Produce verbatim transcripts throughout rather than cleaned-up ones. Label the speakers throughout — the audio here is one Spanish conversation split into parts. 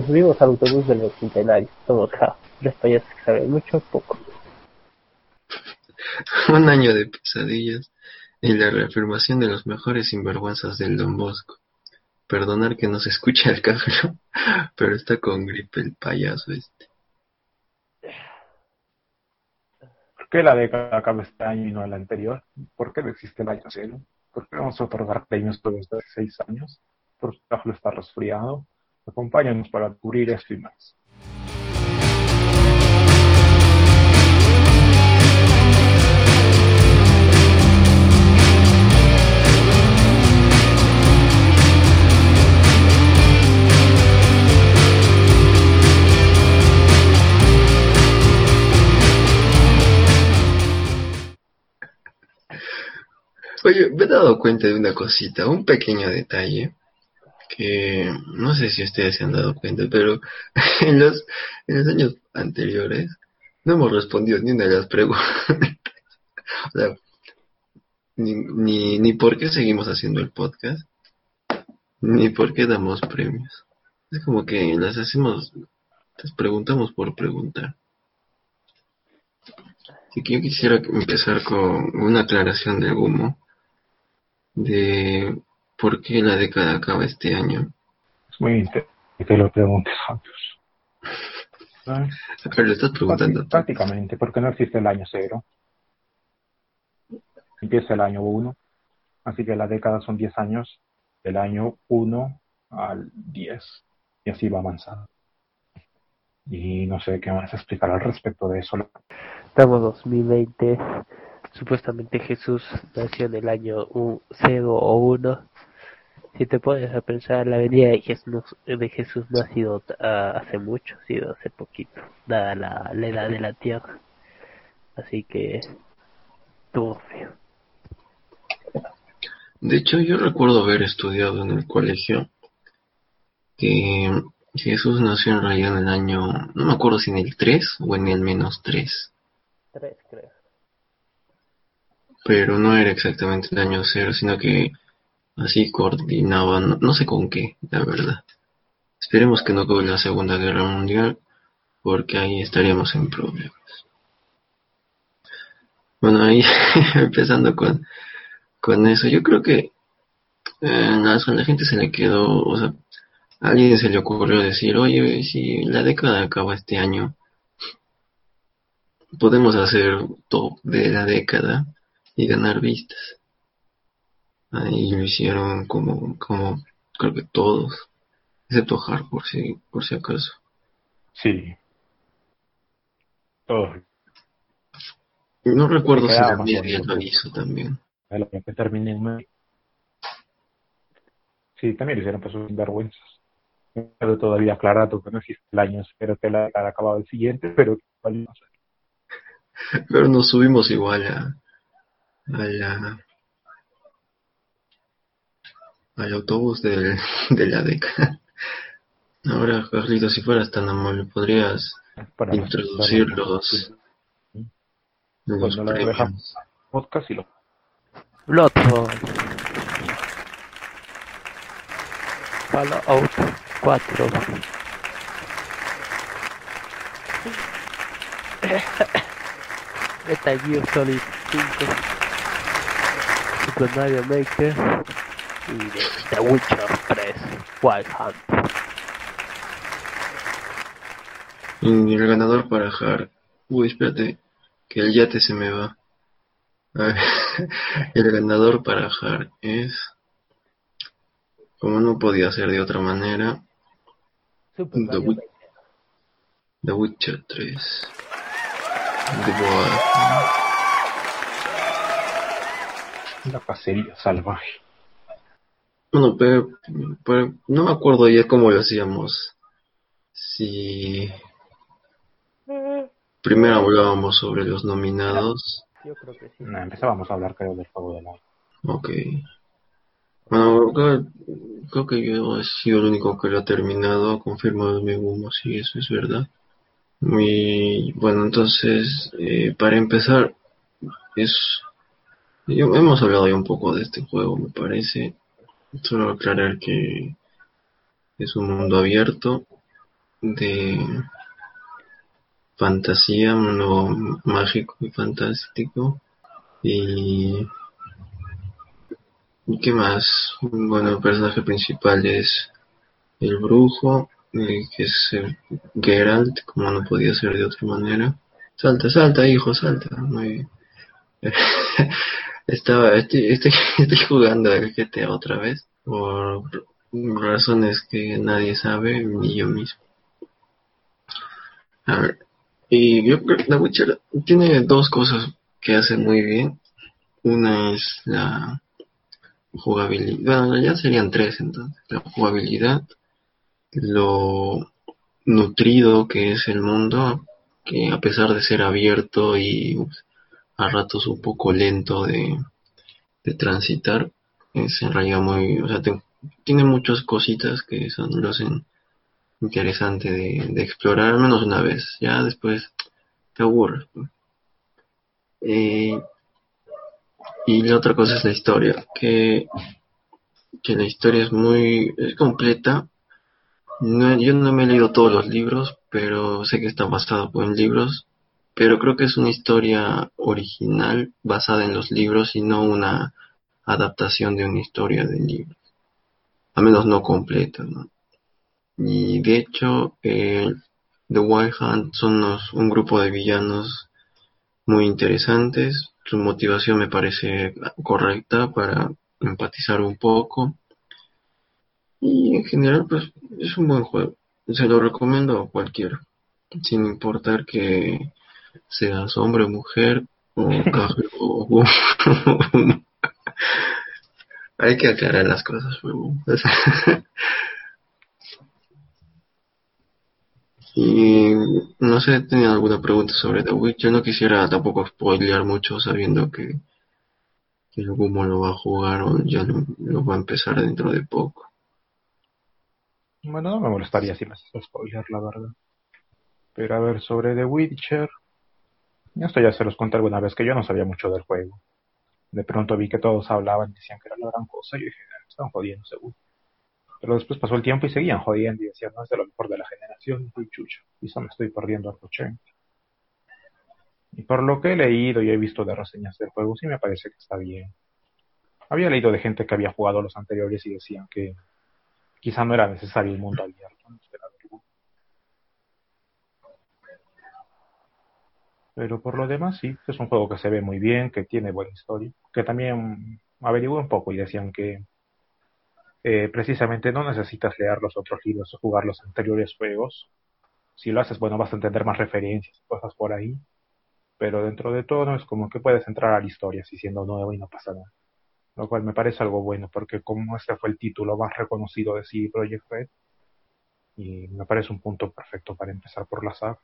Speaker 1: Nos subimos al autobús del Bicentenario. Somos ja, tres payasos que saben mucho poco.
Speaker 2: Un año de pesadillas y la reafirmación de los mejores sinvergüenzas del Don Bosco. Perdonar que no se escucha el cajero, pero está con gripe el payaso este.
Speaker 3: ¿Por qué la década acaba este año y no el anterior? ¿Por qué no existe el año cero? ¿Por qué vamos a otorgar premios todos estos seis años? ¿Por qué Cajlo está resfriado? Acompáñanos para cubrir esto y más.
Speaker 2: Oye, me he dado cuenta de una cosita, un pequeño detalle, que no sé si ustedes se han dado cuenta, pero en los, en los años anteriores no hemos respondido ni una de las preguntas. O sea, ni, ni, ni por qué seguimos haciendo el podcast, ni por qué damos premios. Es como que las hacemos, las preguntamos por preguntar. Así que yo quisiera empezar con una aclaración del humo, de por qué la década acaba este año.
Speaker 3: Es muy interesante que te lo preguntes, Santos.
Speaker 2: Pero le estás preguntando tú.
Speaker 3: Prácticamente, porque no existe el año cero. Empieza el año uno, así que la década son diez años, del año uno al diez, y así va avanzando. Y no sé qué más explicar al respecto de eso.
Speaker 1: Estamos dos mil veinte. Supuestamente Jesús nació en el año cero o uno. Si te pones a pensar, la venida de Jesús, de Jesús no ha sido uh, hace mucho, ha sido hace poquito, dada la, la edad de la tierra. Así que estuvo feo.
Speaker 2: De hecho, yo recuerdo haber estudiado en el colegio que Jesús nació en realidad en el año, no me acuerdo si en el tres o en el menos tres.
Speaker 1: tres, creo.
Speaker 2: Pero no era exactamente el año cero, sino que así coordinaban, no, no sé con qué, la verdad. Esperemos que no con la Segunda Guerra Mundial, porque ahí estaríamos en problemas. Bueno, ahí empezando con, con eso, yo creo que eh, a la gente se le quedó, o sea, a alguien se le ocurrió decir, oye, si la década acaba este año, podemos hacer top de la década y ganar vistas. Ahí lo hicieron como, como creo que todos, excepto Har por si, por si acaso.
Speaker 3: Sí. Todo.
Speaker 2: No recuerdo si la
Speaker 3: más
Speaker 2: media
Speaker 3: bonito,
Speaker 2: lo hizo también.
Speaker 3: lo que terminé en medio. Sí, también lo hicieron por sus vergüenzas. Pero todavía aclarado que no existe el año, espero que la ha acabado el siguiente, pero igual no sé.
Speaker 2: Pero nos subimos igual a, a la al autobús del, de la década. Ahora, Carlito, si fueras tan amable, ¿podrías
Speaker 3: Para
Speaker 2: introducir los, los
Speaker 3: cuando lo
Speaker 2: premios?
Speaker 3: dejamos podcast y lo
Speaker 1: Bloodborne, Fallout cuatro, Metal Gear Solid cinco, Super Mario Maker y The Witcher tres, Wild Hunt.
Speaker 2: Y el ganador para Har... Uy, espérate, que el yate se me va. A ver, el ganador para Har es... Como no podía ser de otra manera,
Speaker 1: Super
Speaker 2: The,
Speaker 1: Mario
Speaker 2: Wi-
Speaker 1: Maker.
Speaker 2: The Witcher tres. The Boa.
Speaker 3: la cacería salvaje.
Speaker 2: Bueno, pero, pero no me acuerdo ya cómo lo hacíamos. Si primero hablábamos sobre los nominados.
Speaker 1: Yo creo que sí.
Speaker 3: No, empezábamos a hablar, creo, del juego del año.
Speaker 2: Ok. Bueno, creo, creo que yo he sido el único que lo ha terminado, ha confirmado mi humo, sí, eso es verdad. Y bueno, entonces, eh, para empezar, es yo, hemos hablado ya un poco de este juego, me parece. Solo aclarar que es un mundo abierto de fantasía, mundo mágico y fantástico. Y, ¿y qué más? Bueno, el personaje principal es el brujo, eh, que es eh, Geralt, como no podía ser de otra manera. Salta, salta, hijo, salta. Muy bien. Estaba, estoy, estoy, estoy jugando al G T A otra vez por razones que nadie sabe, ni yo mismo. A ver, y yo creo que The Witcher tiene dos cosas que hace muy bien. Una es la jugabilidad, bueno, ya serían tres entonces. La jugabilidad, lo nutrido que es el mundo, que a pesar de ser abierto y uf, a ratos un poco lento de, de transitar, es en realidad muy, o sea, te- tiene muchas cositas que son, lo hacen interesante de, de explorar al menos una vez, ya después te aburres. Eh, y la otra cosa es la historia, que, que la historia es muy, es completa. No, yo no me he leído todos los libros, pero sé que está basado en libros, pero creo que es una historia original basada en los libros y no una adaptación de una historia del libro, a menos no completa, ¿no? Y de hecho, eh, The Wild Hunt son unos- un grupo de villanos muy interesantes. Su motivación me parece correcta para empatizar un poco. Y en general, pues es un buen juego. Se lo recomiendo a cualquiera, sin importar que seas hombre o mujer, o caje o... Hay que aclarar las cosas, huevón. Y no sé, tenía alguna pregunta sobre The Witcher. No quisiera tampoco spoilear mucho sabiendo que, que el Gumo lo va a jugar o ya lo, lo va a empezar dentro de poco.
Speaker 3: Bueno, no me molestaría si me haces spoiler, la verdad. Pero a ver, sobre The Witcher, esto ya se los conté alguna vez que yo no sabía mucho del juego. De pronto vi que todos hablaban y decían que era la gran cosa y yo dije, "Ah, están jodiendo seguro". Pero después pasó el tiempo y seguían jodiendo y decían, no es de lo mejor de la generación, soy chucho. Quizá me estoy perdiendo algo chévere. Y por lo que he leído y he visto de reseñas del juego, sí me parece que está bien. Había leído de gente que había jugado los anteriores y decían que quizá no era necesario el mundo abierto, ¿no? Era algo. Pero por lo demás sí, es un juego que se ve muy bien, que tiene buena historia, que también averigué un poco y decían que eh, precisamente no necesitas leer los otros libros o jugar los anteriores juegos. Si lo haces, bueno, vas a entender más referencias y cosas por ahí, pero dentro de todo no es como que puedes entrar a la historia si siendo nuevo y no pasa nada. Lo cual me parece algo bueno, porque como este fue el título más reconocido de C D Projekt Red, y me parece un punto perfecto para empezar por la saga.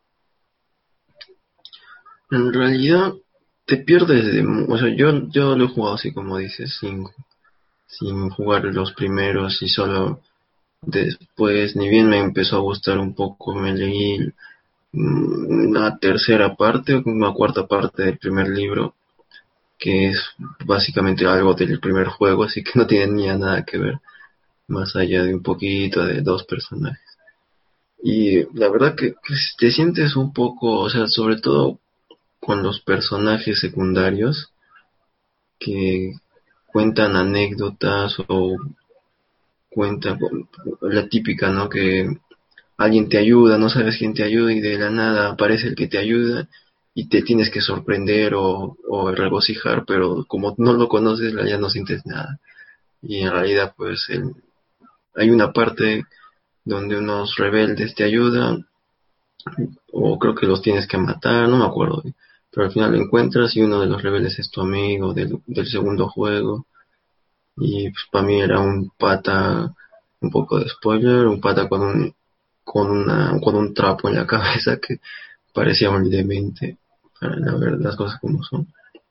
Speaker 2: En realidad, te pierdes de... mu- O sea, yo, yo lo he jugado así como dices, sin, sin jugar los primeros y solo después, ni bien me empezó a gustar un poco, me leí mm, una tercera parte, una cuarta parte del primer libro, que es básicamente algo del primer juego, así que no tiene ni nada que ver, más allá de un poquito de dos personajes. Y la verdad que, que te sientes un poco, o sea, sobre todo con los personajes secundarios que cuentan anécdotas o cuentan la típica, ¿no? Que alguien te ayuda, no sabes quién te ayuda y de la nada aparece el que te ayuda y te tienes que sorprender o, o regocijar, pero como no lo conoces ya no sientes nada. Y en realidad pues el, hay una parte donde unos rebeldes te ayudan o creo que los tienes que matar, no me acuerdo, pero al final lo encuentras y uno de los rebeldes es tu amigo del, del segundo juego y pues para mí era un pata, un poco de spoiler, un pata con un con una con un trapo en la cabeza que parecía muy demente, para la ver las cosas como son.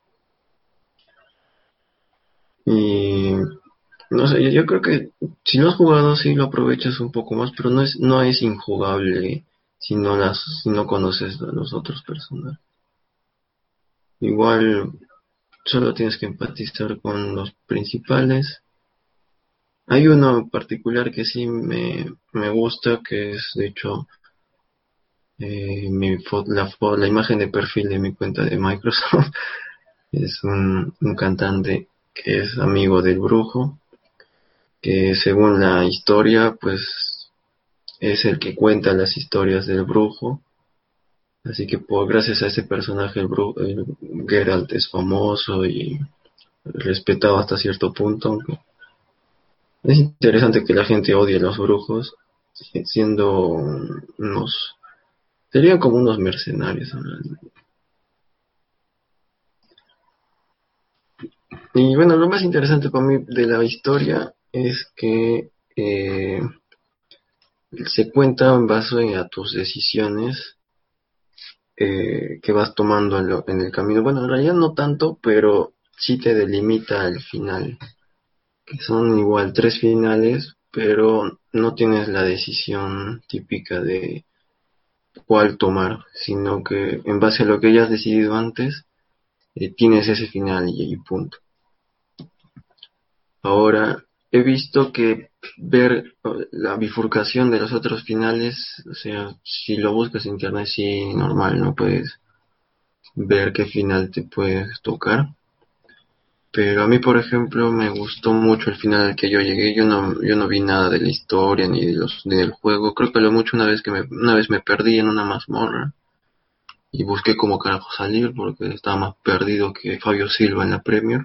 Speaker 2: Y no sé, yo, yo creo que si no has jugado sí lo aprovechas un poco más, pero no es no es injugable si no las si no conoces a los otros personajes. Igual solo tienes que empatizar con los principales Hay uno en particular que sí me, me gusta, que es de hecho eh, mi fo- la, fo- la imagen de perfil de mi cuenta de Microsoft. Es un, un cantante que es amigo del brujo, que según la historia, pues es el que cuenta las historias del brujo. Así que por gracias a ese personaje el, bru- el Geralt es famoso y respetado hasta cierto punto. Aunque es interesante que la gente odie a los brujos, si- siendo unos, serían como unos mercenarios, ¿no? Y bueno, lo más interesante para mí de la historia es que eh, se cuenta en base a tus decisiones eh, que vas tomando en, lo- en el camino. Bueno, en realidad no tanto, pero sí te delimita el final, que son igual tres finales, pero no tienes la decisión típica de cuál tomar, sino que en base a lo que ya has decidido antes, eh, tienes ese final y, y punto. Ahora, he visto que ver eh, la bifurcación de los otros finales, o sea, si lo buscas en internet, sí, normal, no puedes ver qué final te puedes tocar. Pero a mí, por ejemplo, me gustó mucho el final al que yo llegué. Yo no, yo no vi nada de la historia ni de los, ni del juego. Creo que lo mucho una vez que me, una vez me perdí en una mazmorra y busqué cómo carajo salir porque estaba más perdido que Fabio Silva en la Premier.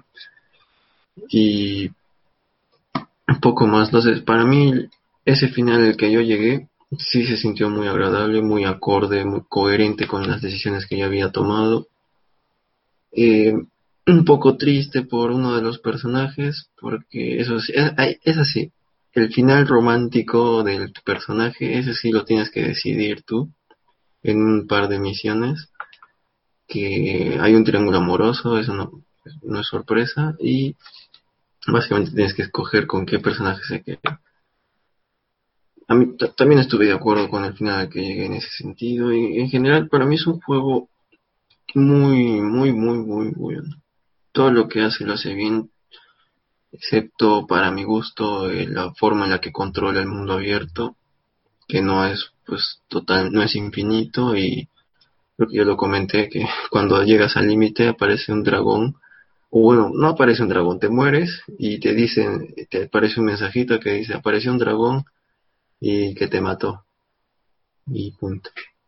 Speaker 2: Y un poco más. Entonces, para mí, ese final al que yo llegué sí se sintió muy agradable, muy acorde, muy coherente con las decisiones que yo había tomado. Eh, un poco triste por uno de los personajes, porque eso sí, es, es así. El final romántico del personaje, ese sí lo tienes que decidir tú en un par de misiones. Que hay un triángulo amoroso, eso no, no es sorpresa, y básicamente tienes que escoger con qué personaje se queda. A mí t- también estuve de acuerdo con el final al que llegué en ese sentido, y en general para mí es un juego muy, muy, muy, muy bueno. Todo lo que hace lo hace bien, excepto para mi gusto eh, la forma en la que controla el mundo abierto, que no es pues total, no es infinito, y creo que yo lo comenté que cuando llegas al límite aparece un dragón, o bueno, no aparece un dragón, te mueres y te dicen, te aparece un mensajito que dice apareció un dragón y que te mató, y punto.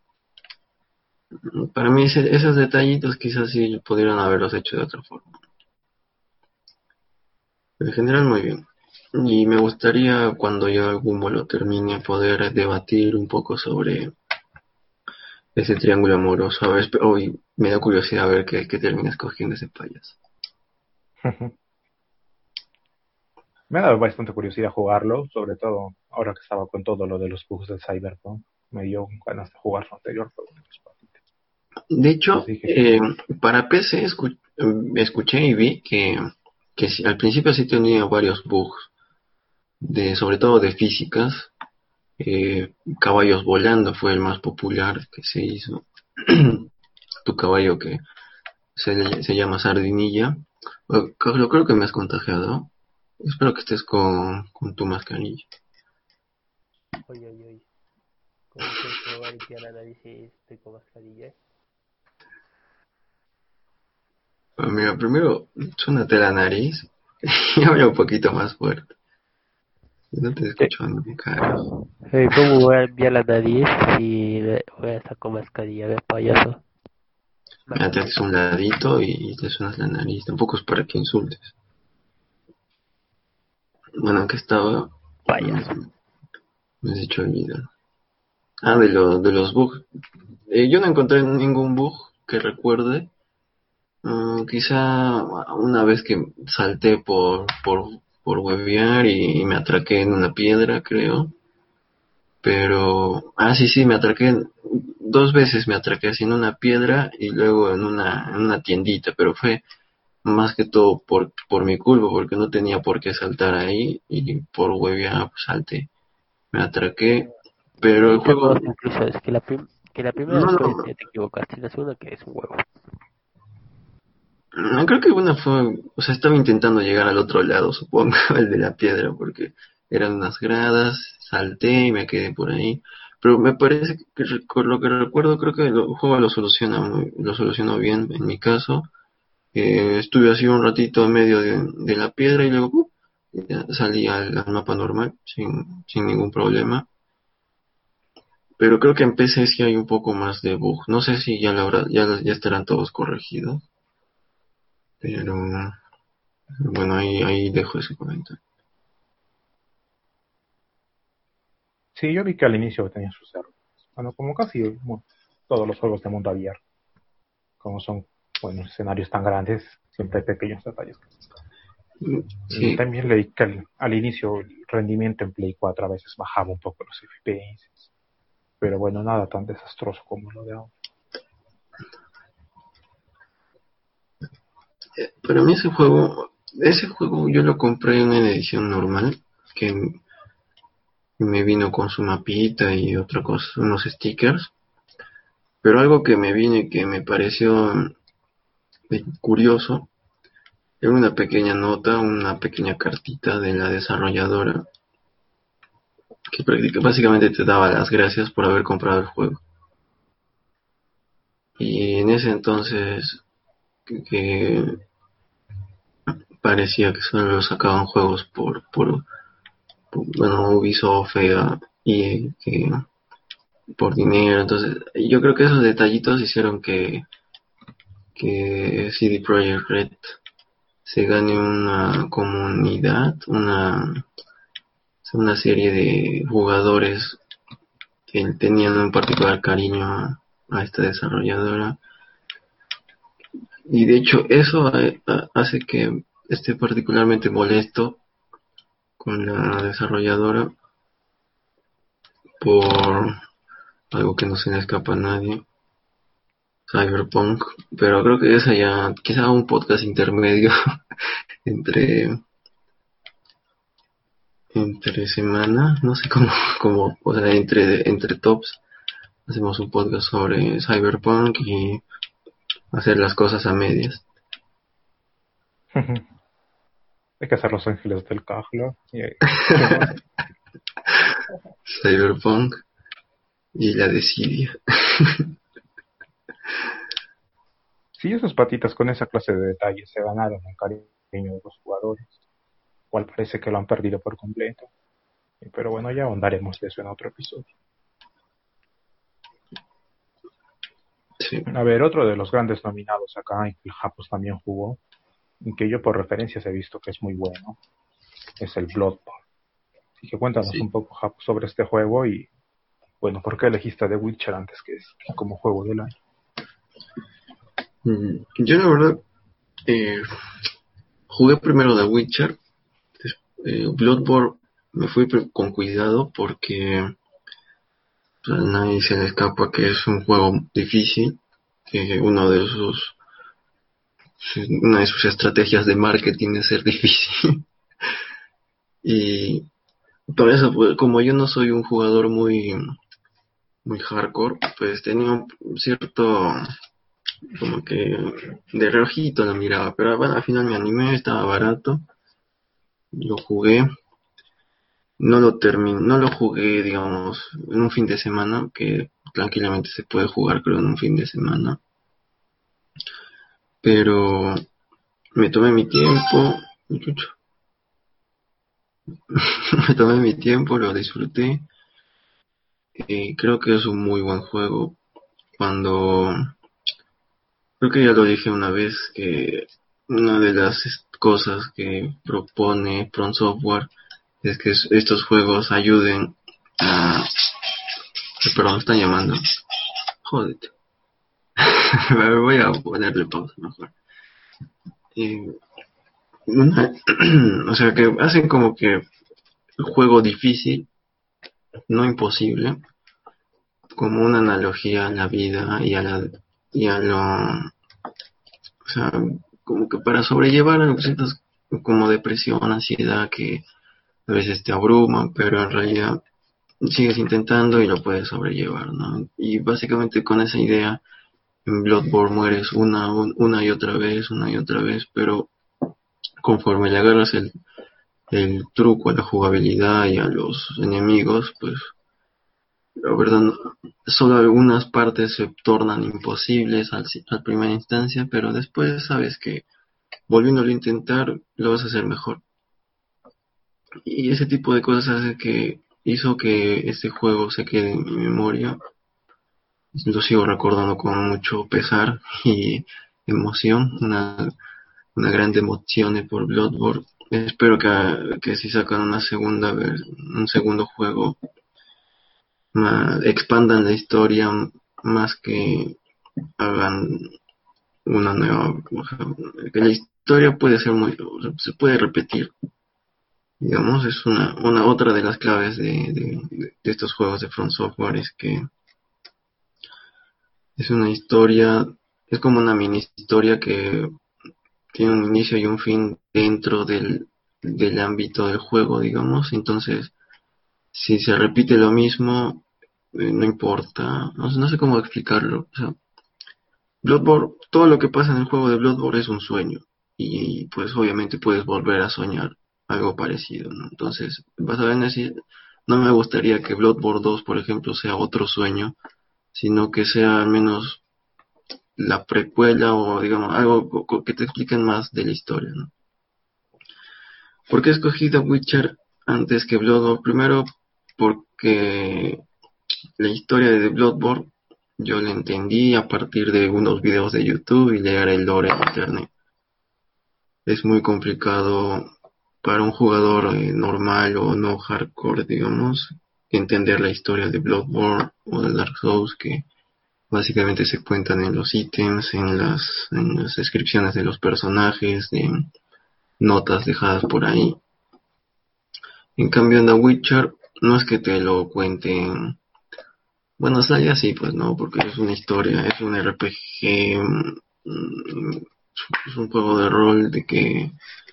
Speaker 2: Para mí ese- esos detallitos quizás sí pudieron haberlos hecho de otra forma. Pero en general muy bien. Y me gustaría cuando yo algún vuelo termine poder debatir un poco sobre ese triángulo amoroso. A ver, esp- hoy me da curiosidad a ver qué, qué termina escogiendo ese payaso.
Speaker 3: Me ha dado bastante curiosidad jugarlo, sobre todo ahora que estaba con todo lo de los bugs del Cyberpunk. Me dio ganas de jugar lo anterior juego de los patitas.
Speaker 2: De hecho,
Speaker 3: Así que
Speaker 2: eh, para P C escu- eh, escuché y vi que, que sí, al principio sí tenía varios bugs, de, sobre todo de físicas. Eh, caballos volando fue el más popular que se hizo. Tu caballo que se, se llama Sardinilla. Eh, Carlos, creo que me has contagiado. Espero que estés con, con tu mascarilla.
Speaker 1: Oye, oye, oye. ¿Cómo crees que me voy a limpiar la nariz si estoy con mascarilla?
Speaker 2: Ah, mira, primero, súnate la nariz y habla un poquito más fuerte. No te
Speaker 1: ¿Qué?
Speaker 2: escucho bien, carajo.
Speaker 1: Eh, ¿Cómo voy a limpiar la nariz si me- voy a estar con mascarilla? ¿Ves, payaso?
Speaker 2: Mira, te
Speaker 1: Mándame.
Speaker 2: haces un ladito y te suenas la nariz. Tampoco es para que insultes. Bueno, que estaba.
Speaker 1: Payaso.
Speaker 2: Mm, Me has dicho olvidar. Ah, de, lo, de los bugs. Eh, yo no encontré ningún bug que recuerde. Mm, quizá una vez que salté por, por, por huevear y, y me atraqué en una piedra, creo. Pero, ah, sí, sí, me atraqué, en- dos veces me atraqué así en una piedra y luego en una, en una tiendita, pero fue más que todo por, por mi culpa, porque no tenía por qué saltar ahí y por huevear pues, salté, me atraqué, pero el
Speaker 1: Ahí tengo dos
Speaker 2: juego,
Speaker 1: conclusiones. Que la, prim- que la primera
Speaker 2: no,
Speaker 1: después
Speaker 2: no,
Speaker 1: ya te equivocaste. Y la segunda que es un huevo.
Speaker 2: No, creo que una fue, o sea, estaba intentando llegar al otro lado, supongo, el de la piedra, porque eran unas gradas, salté y me quedé por ahí. Pero me parece que recu- lo que recuerdo, creo que lo- el juego lo soluciona muy- lo solucionó bien en mi caso. Eh, estuve así un ratito en medio de, de la piedra y luego ¡pum! Ya salí al, al mapa normal sin, sin ningún problema. Pero creo que en P C sí hay un poco más de bug. No sé si ya, la habrá- ya, ya estarán todos corregidos, pero bueno, ahí, ahí dejo ese comentario.
Speaker 3: Sí, yo vi que al inicio tenía sus errores. Bueno, como casi bueno, todos los juegos de mundo abierto, como son, bueno, escenarios tan grandes, siempre hay pequeños detalles. Y
Speaker 2: Sí,
Speaker 3: también leí que al, al inicio el rendimiento en Play cuatro a veces bajaba un poco los F P S, pero bueno, nada tan desastroso como lo de ahora.
Speaker 2: para mí ese juego, ese juego yo lo compré en una edición normal, que me vino con su mapita y otra cosa, unos stickers, pero algo que me vino y que me pareció eh, curioso, era una pequeña nota, una pequeña cartita de la desarrolladora, que prácticamente, básicamente te daba las gracias por haber comprado el juego. Y en ese entonces, que, que parecía que solo sacaban juegos por, por, por bueno, Ubisoft, Ega, y que por dinero. Entonces, yo creo que esos detallitos hicieron que, que C D Projekt Red se gane una comunidad, una, una serie de jugadores que tenían un particular cariño a, a esta desarrolladora. Y de hecho, eso ha- hace que esté particularmente molesto con la desarrolladora por algo que no se le escapa a nadie, Cyberpunk, pero creo que esa ya, quizá un podcast intermedio entre entre semana, no sé cómo, cómo, o sea, entre, entre tops, hacemos un podcast sobre Cyberpunk y hacer las cosas a medias.
Speaker 3: Hay que hacer Los Ángeles del Cajlo. Y, ¿qué más?
Speaker 2: Cyberpunk y la desidia.
Speaker 3: Sí, esos patitas con esa clase de detalles se ganaron el cariño de los jugadores, cual parece que lo han perdido por completo. Pero bueno, ya ahondaremos de eso en otro episodio.
Speaker 2: Sí,
Speaker 3: A ver, otro de los grandes nominados acá, y que el Japos también jugó, y que yo por referencias he visto que es muy bueno, es el Bloodborne. Así que cuéntanos
Speaker 2: sí.
Speaker 3: un poco, Japos, sobre este juego y, bueno, ¿por qué elegiste The Witcher antes que, es, que como juego del año?
Speaker 2: Mm, Yo la verdad eh, jugué primero The Witcher, eh, Bloodborne me fui pre- con cuidado porque pues, a nadie se le escapa que es un juego difícil, que uno de sus una de sus estrategias de marketing es ser difícil. Y por eso, pues, como yo no soy un jugador muy muy hardcore, pues tenía un cierto, como que de reojito lo miraba, pero bueno, al final me animé, estaba barato, lo jugué, no lo terminé, no lo jugué, digamos, en un fin de semana, que tranquilamente se puede jugar, creo, en un fin de semana, pero me tomé mi tiempo, muchacho, me tomé mi tiempo, lo disfruté, y creo que es un muy buen juego. Cuando Creo que ya lo dije una vez que una de las cosas que propone From Software es que estos juegos ayuden a... Perdón, me están llamando. Jódete. Voy a ponerle pausa mejor. Y una- o sea, que hacen como que el juego difícil, no imposible, como una analogía a la vida y a la y a lo, o sea, como que para sobrellevar a ciertas como depresión, ansiedad que a veces te abruman, pero en realidad sigues intentando y lo puedes sobrellevar, ¿no? Y básicamente con esa idea En Bloodborne mueres una, un- una y otra vez, una y otra vez, pero conforme le agarras el, el truco a la jugabilidad y a los enemigos, pues la verdad, no- solo algunas partes se tornan imposibles al, si- a primera instancia, pero después sabes que volviéndolo a intentar lo vas a hacer mejor. Y ese tipo de cosas hace que hizo que este juego se quede en mi memoria. Lo sigo recordando con mucho pesar y emoción, una, una gran emoción por Bloodborne. Espero que, que si sacan una segunda ver- un segundo juego, ma- expandan la historia más que hagan una nueva, o sea, que la historia puede ser muy, o sea, se puede repetir, digamos. Es una, una otra de las claves de, de, de estos juegos de From Software, es que es una historia, es como una mini historia que tiene un inicio y un fin dentro del, del ámbito del juego, digamos. Entonces, si se repite lo mismo, eh, no importa, no, sé- no sé cómo explicarlo. O sea, Bloodborne, todo lo que pasa en el juego de Bloodborne es un sueño, y pues obviamente puedes volver a soñar algo parecido, ¿no? Entonces, vas a ver, decir, no me gustaría que Bloodborne dos, por ejemplo, sea otro sueño, sino que sea al menos la precuela, o digamos algo co- co- que te expliquen más de la historia, ¿no? ¿Por qué escogí The Witcher antes que Bloodborne? Primero, porque la historia de The Bloodborne yo la entendí a partir de unos videos de YouTube y leer el lore en internet. Es muy complicado para un jugador eh, normal o no hardcore, digamos, entender la historia de Bloodborne o de Dark Souls, que básicamente se cuentan en los ítems, en las, en las descripciones de los personajes, de notas dejadas por ahí. En cambio, en The Witcher no es que te lo cuenten. Bueno, sale así, pues no, porque es una historia, es un R P G, mm, es un juego de rol de que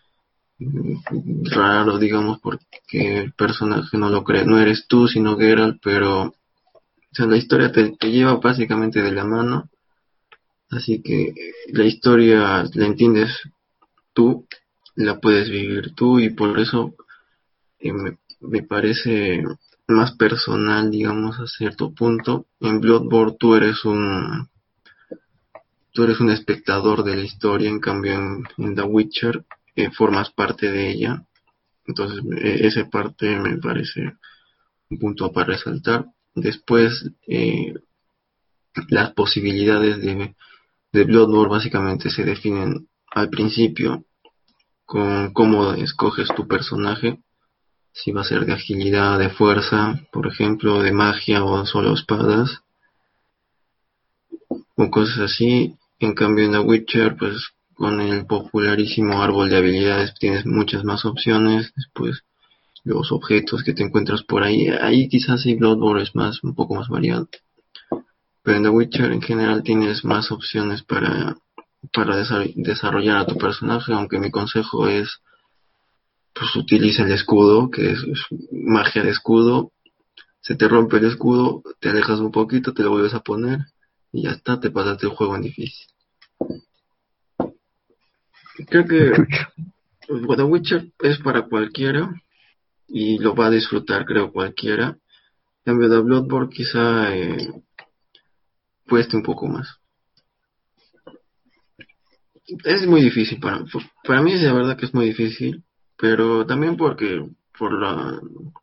Speaker 2: mm, raro, digamos, porque el personaje no lo cree, no eres tú, sino Geralt, pero o sea, la historia te, te lleva básicamente de la mano, así que la historia la entiendes tú, la puedes vivir tú, y por eso eh, me, me parece más personal, digamos, a cierto punto. En Bloodborne tú eres un tú eres un espectador de la historia, en cambio en, en The Witcher eh, formas parte de ella. Entonces, eh, esa parte me parece un punto para resaltar. Después, eh, las posibilidades de, de Bloodborne básicamente se definen al principio con cómo escoges tu personaje, si va a ser de agilidad, de fuerza, por ejemplo, de magia o solo espadas, o cosas así. En cambio en The Witcher, pues con el popularísimo árbol de habilidades tienes muchas más opciones. Después los objetos que te encuentras por ahí, ahí quizás sí Bloodborne es más, un poco más variado. Pero en The Witcher en general tienes más opciones para, para desa- desarrollar a tu personaje, aunque mi consejo es, pues utiliza el escudo, que es, es magia de escudo. Se te rompe el escudo, te alejas un poquito, te lo vuelves a poner y ya está, te pasaste el juego en difícil. Creo que
Speaker 3: Chucho.
Speaker 2: pues, The Witcher es para cualquiera y lo va a disfrutar, creo, cualquiera. En cambio de Bloodborne quizá eh, cueste un poco más. Es muy difícil para para mí, es de verdad que es muy difícil, pero también porque por la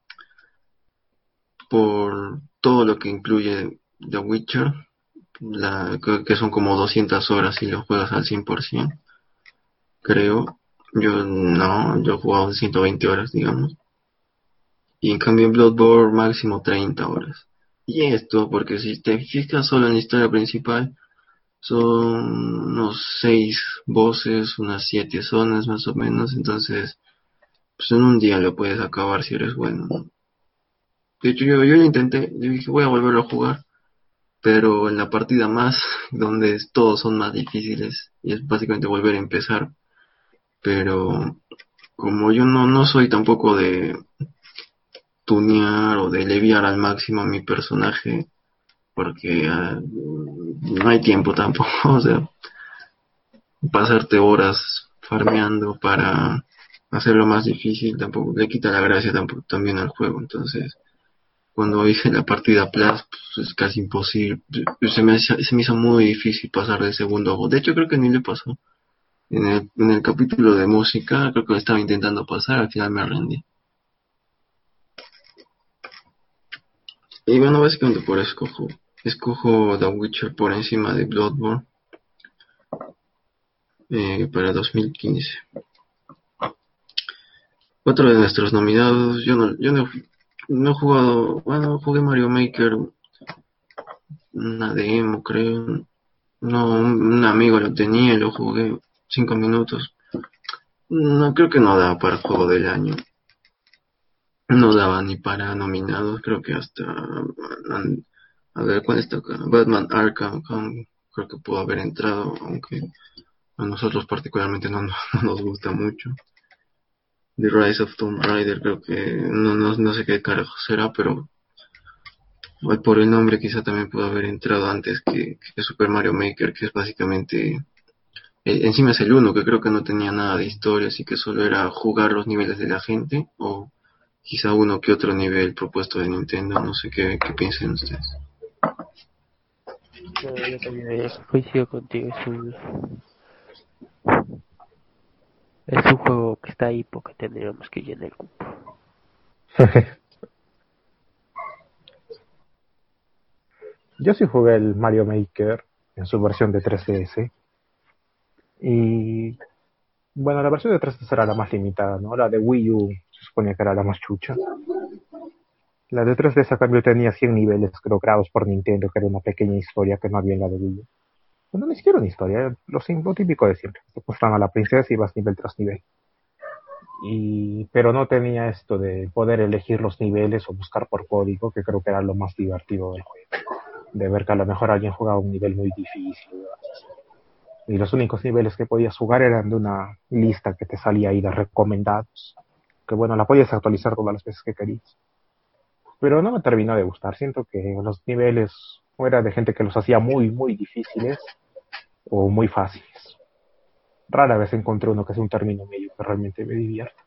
Speaker 2: por todo lo que incluye The Witcher, la que que son como doscientas horas si lo juegas al cien por ciento, creo. Yo no, yo he jugado ciento veinte horas, digamos. Y en cambio en Bloodborne máximo treinta horas. Y esto, porque si te fijas solo en la historia principal, son unos seis voces, unas siete zonas más o menos. Entonces, pues en un día lo puedes acabar si eres bueno, ¿no? De hecho, yo, yo lo intenté, yo dije voy a volverlo a jugar, pero en la partida más, donde es- todos son más difíciles, y es básicamente volver a empezar. Pero como yo no, no soy tampoco de tunear o de leviar al máximo a mi personaje, porque ah, no hay tiempo tampoco, o sea, pasarte horas farmeando para hacerlo más difícil tampoco le quita la gracia tampoco también al juego. Entonces cuando hice la partida Plus, pues es casi imposible, se me, hacía- se me hizo muy difícil pasar del segundo juego. De hecho creo que ni le pasó en el, en el capítulo de música, creo que lo estaba intentando pasar, al final me rendí. Y bueno, básicamente por eso escojo escojo The Witcher por encima de Bloodborne, eh, para dos mil quince. Otro de nuestros nominados, yo no, yo no, no he jugado, bueno, jugué Mario Maker, una demo creo, no, un, un amigo lo tenía y lo jugué cinco minutos. No, creo que no daba para juego del año, no daba ni para nominados, creo que hasta, an- a ver, ¿cuál está acá? Batman Arkham, Come, creo que pudo haber entrado, aunque a nosotros particularmente no, no no nos gusta mucho. The Rise of Tomb Raider creo que no, no, no sé qué carajo será, pero hoy por el nombre quizá también pudo haber entrado antes que, que Super Mario Maker, que es básicamente, eh, encima es el uno, que creo que no tenía nada de historia, así que solo era jugar los niveles de la gente, o quizá uno que otro nivel propuesto de Nintendo, no sé qué, qué piensen ustedes.
Speaker 1: No, yo también coincido contigo, es un, es un juego que está ahí porque tendríamos que llenar el cupo.
Speaker 3: Yo sí jugué el Mario Maker en su versión de tres D S. Y bueno, la versión de tres D S era la más limitada, ¿no? La de Wii U se suponía que era la más chucha. La de tres D S a cambio tenía cien niveles, creo, creados por Nintendo, que era una pequeña historia que no había en la de Wii U. Bueno, ni siquiera una historia, lo, sim- lo típico de siempre. Te mostraban a la princesa y vas nivel tras nivel. Y, pero no tenía esto de poder elegir los niveles o buscar por código, que creo que era lo más divertido del juego. De ver que a lo mejor alguien jugaba un nivel muy difícil, ¿verdad? Y los únicos niveles que podías jugar eran de una lista que te salía ahí de recomendados. Que bueno, la podías actualizar todas las veces que querías. Pero no me terminó de gustar. Siento que los niveles o era de gente que los hacía muy, muy difíciles o muy fáciles. Rara vez encontré uno que sea un término medio que realmente me divierta.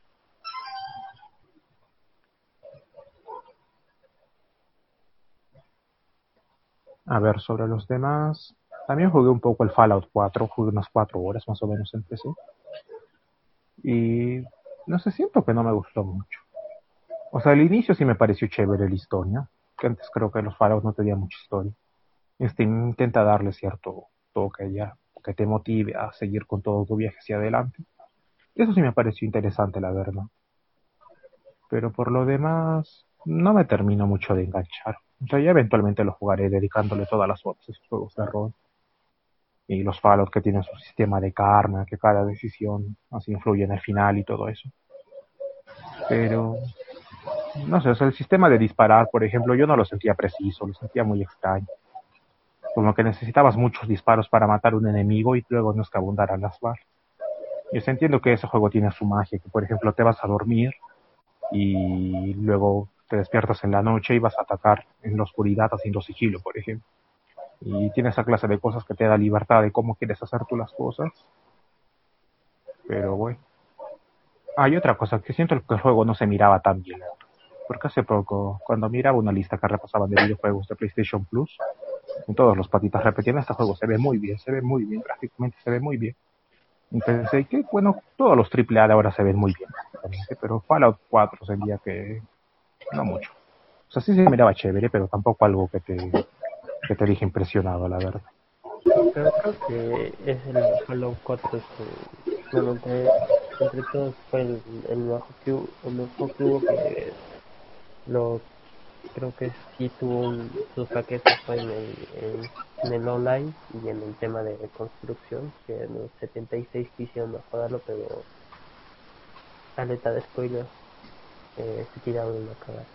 Speaker 3: A ver, sobre los demás. También jugué un poco el Fallout cuatro, jugué unas cuatro horas más o menos en P C. Y no sé, siento que no me gustó mucho. O sea, al inicio sí me pareció chévere la historia, que antes creo que los Fallout no tenían mucha historia. Este intenta darle cierto toque ya, que te motive a seguir con todo tu viaje hacia adelante. Eso sí me pareció interesante, la verdad. Pero por lo demás, no me termino mucho de enganchar. O sea, ya eventualmente lo jugaré dedicándole todas las horas a esos juegos de rol. Y los Fallout que tienen su sistema de karma, que cada decisión así influye en el final y todo eso. Pero, no sé, o sea, el sistema de disparar, por ejemplo, yo no lo sentía preciso, lo sentía muy extraño. Como que necesitabas muchos disparos para matar un enemigo y luego no es que abundaran las balas. Yo sí entiendo que ese juego tiene su magia, que por ejemplo te vas a dormir y luego te despiertas en la noche y vas a atacar en la oscuridad haciendo sigilo, por ejemplo. Y tiene esa clase de cosas que te da libertad de cómo quieres hacer tú las cosas. Pero bueno. Hay otra cosa, que siento que el juego no se miraba tan bien. Porque hace poco, cuando miraba una lista que repasaban de videojuegos de PlayStation Plus, en todos los patitas repetían, este juego se ve muy bien, se ve muy bien, gráficamente se ve muy bien. Y pensé que, bueno, todos los triple A de ahora se ven muy bien, gráficamente, pero Fallout cuatro sentía que no mucho. O sea, sí se miraba chévere, pero tampoco algo que te, que te dije impresionado, la verdad.
Speaker 1: Pero creo que es el Fallout cuatro, es el, bueno, entre, entre todos fue el, el mejor que hubo, el mejor que hubo que lo creo que sí tuvo un, sus flaquezas fue en el, en, en el online y en el tema de construcción, que en los setenta y seis quisieron mejorarlo, pero aleta de spoiler, eh, se tiraron una cagada.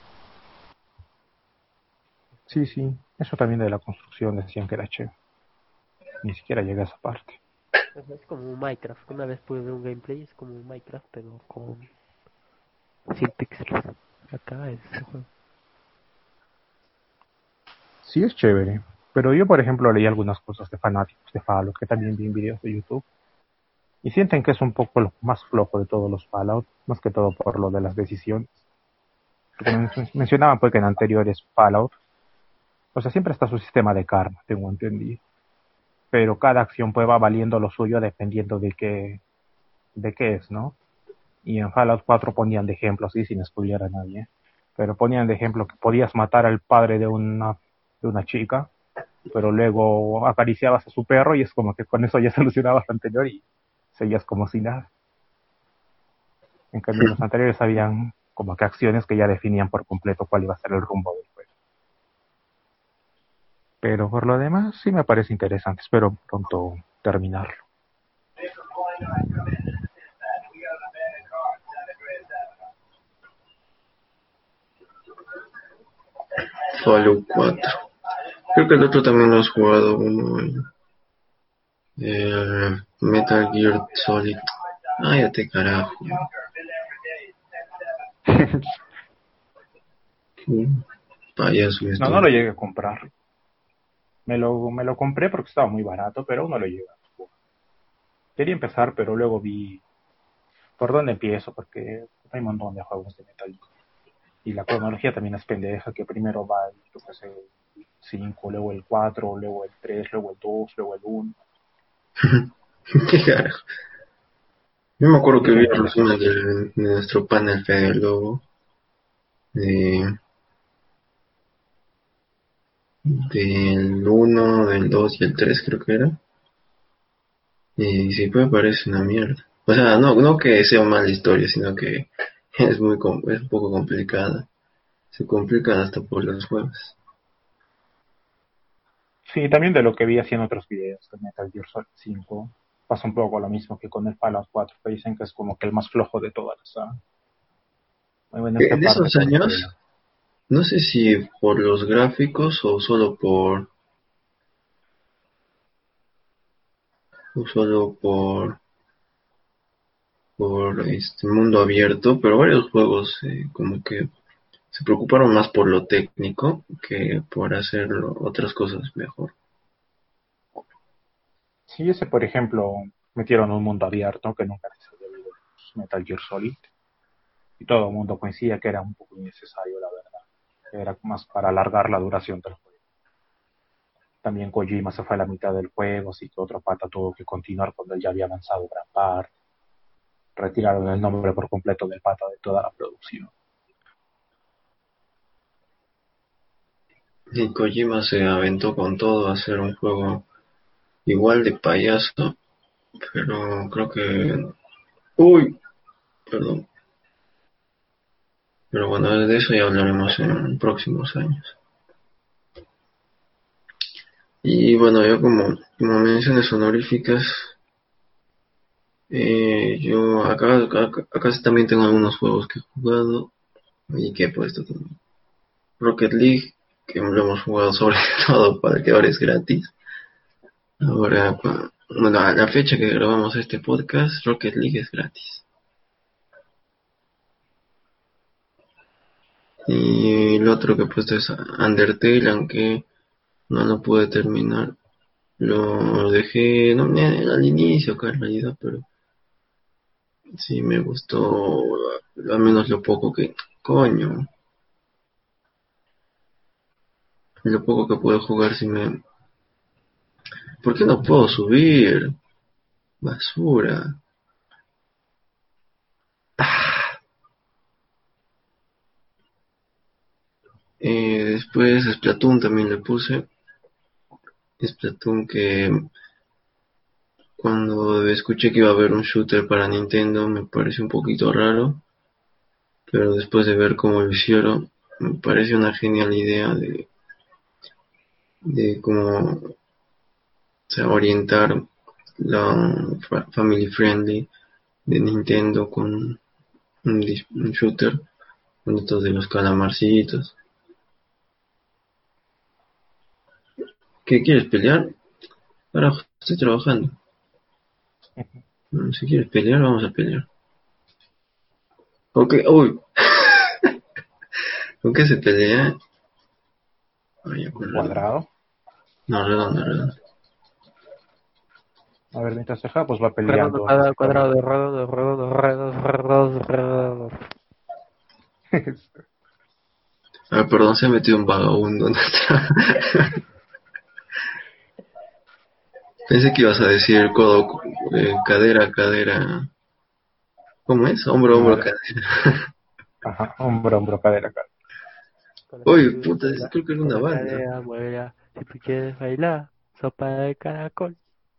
Speaker 3: Sí, sí, eso también de la construcción decían que era chévere. Ni siquiera llegué a esa parte.
Speaker 1: O sea, es como un Minecraft, una vez pude ver un gameplay, es como un Minecraft, pero con sin píxeles. Acá es ese juego.
Speaker 3: Sí es chévere, Pero yo, por ejemplo, leí algunas cosas de fanáticos de Fallout, que también vi en videos de YouTube, y sienten que es un poco lo más flojo de todos los Fallout, más que todo por lo de las decisiones. Porque men- mencionaban pues que en anteriores Fallout, o sea, siempre está su sistema de karma, tengo entendido. Pero cada acción pues va valiendo lo suyo dependiendo de qué, de qué es, ¿no? Y en Fallout cuatro ponían de ejemplo, así sin spoilear a nadie, pero ponían de ejemplo que podías matar al padre de una, de una chica, pero luego acariciabas a su perro y es como que con eso ya solucionabas lo anterior y seguías como si nada. En cambio, en los anteriores habían como que acciones que ya definían por completo cuál iba a ser el rumbo del juego. Pero por lo demás, sí me parece interesante. Espero pronto terminarlo.
Speaker 2: Fallout cuatro. Creo que el otro también lo has jugado, uno, el, el Metal Gear Solid. Cállate, carajo. Qué payaso
Speaker 3: No,
Speaker 2: esto.
Speaker 3: no lo llegué a comprar. Me lo, me lo compré porque estaba muy barato, pero aún no lo llegué a jugar. Quería empezar, pero luego vi por dónde empiezo, porque hay un montón de juegos de Metal Gear. Y la cronología también es pendeja, que primero va el, yo qué sé, el cinco, luego el cuatro, luego el tres, luego el dos, luego el uno.
Speaker 2: Qué carajo. Yo me acuerdo
Speaker 3: Y
Speaker 2: que
Speaker 3: es
Speaker 2: vi
Speaker 3: un
Speaker 2: el resumen
Speaker 3: pendejazo.
Speaker 2: de, de nuestro panel Fede Lobo, de, del uno, del dos y el tres creo que era. Y sí, pues parece una mierda. O sea, no, no que sea mala historia, sino que es muy com- es un poco complicada. Se complica hasta por los juegos.
Speaker 3: Sí, también de lo que vi así en otros videos de Metal Gear Solid cinco, pasa un poco lo mismo que con el Fallout cuatro, que dicen que es como que el más flojo de todas las saga. En
Speaker 2: Eh,
Speaker 3: esta
Speaker 2: En
Speaker 3: parte
Speaker 2: esos
Speaker 3: como que,
Speaker 2: años, no sé si por los gráficos o solo por, o solo por, por este mundo abierto, pero varios juegos eh, como que se preocuparon más por lo técnico que por hacer otras cosas mejor.
Speaker 3: si ese por ejemplo metieron un mundo abierto que nunca se había habido en los Metal Gear Solid, y todo el mundo coincidía que era un poco innecesario, la verdad. Era más para alargar la duración del juego. También Kojima se fue a la mitad del juego, así que otra pata tuvo que continuar cuando él ya había avanzado gran parte. Retiraron el nombre por completo del pata de toda la producción.
Speaker 2: Y Kojima se aventó con todo a hacer un juego igual de payaso, pero creo que... Uy, perdón. Pero bueno, de eso ya hablaremos en próximos años. Y bueno, yo como, como menciones honoríficas, eh, yo acá, acá, acá también tengo algunos juegos que he jugado y que he puesto también. Rocket League, que lo hemos jugado sobre todo para que ahora es gratis. Ahora, pa- bueno, a la fecha que grabamos este podcast, Rocket League es gratis. Y el otro que he puesto es Undertale, aunque no lo pude terminar. Lo dejé no, al inicio acá en realidad, pero sí me gustó, al menos lo poco que... Coño, lo poco que pude jugar sí me... ¿Por qué no puedo subir? Basura. Ah, eh, después Splatoon también le puse. Splatoon que cuando escuché que iba a haber un shooter para Nintendo me pareció un poquito raro, pero después de ver cómo lo hicieron, me parece una genial idea de, de cómo, o sea, orientar la fa- family friendly de Nintendo con un, dis- un shooter con estos de los calamarcitos. ¿Qué quieres pelear? Carajo, estoy trabajando. Mm, Si quieres pelear, vamos a pelear. Ok, uy, ¿con qué se pelea? Ay,
Speaker 3: Un
Speaker 2: acuérdate.
Speaker 3: cuadrado.
Speaker 2: No, redondo, redondo.
Speaker 3: A ver, mientras el Japos va
Speaker 1: Redondo,
Speaker 3: peleando.
Speaker 1: cuadrado, cuadrado, redondo, redondo, redondo, redondo, redondo.
Speaker 2: Ah, perdón, se ha metido un vagabundo en nuestra... Pensé que ibas a decir codo, eh, cadera, cadera. ¿Cómo es? Hombro,
Speaker 3: No,
Speaker 2: hombro,
Speaker 3: la-
Speaker 2: cadera.
Speaker 3: ajá, hombro, hombro, cadera, cadera.
Speaker 1: Con la
Speaker 2: Oye,
Speaker 1: cintura,
Speaker 2: puta, eso
Speaker 1: muévela,
Speaker 2: creo que era
Speaker 1: con
Speaker 2: una
Speaker 1: la
Speaker 2: banda.
Speaker 1: cadera, muévela. Si tú quieres bailar, sopa de caracol.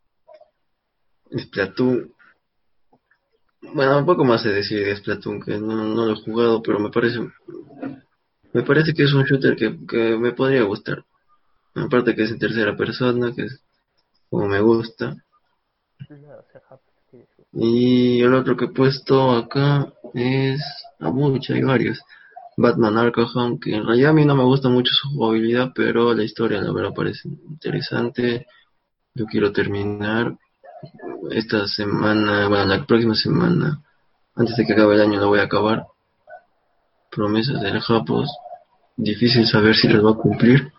Speaker 2: Splatoon. Bueno, un poco más de decir de Splatoon, que no, no lo he jugado, pero me parece me parece que es un shooter que, que me podría gustar. Aparte que es en tercera persona, que es como me gusta.
Speaker 1: No, o sea, Japón tiene su...
Speaker 2: Y el otro que he puesto acá es... A mucho, hay varios. Batman Arkham, que en realidad a mí no me gusta mucho su jugabilidad, pero la historia la verdad parece interesante. Yo quiero terminar esta semana, bueno, la próxima semana, antes de que acabe el año lo voy a acabar. Promesas del Japos, difícil saber si las va a cumplir,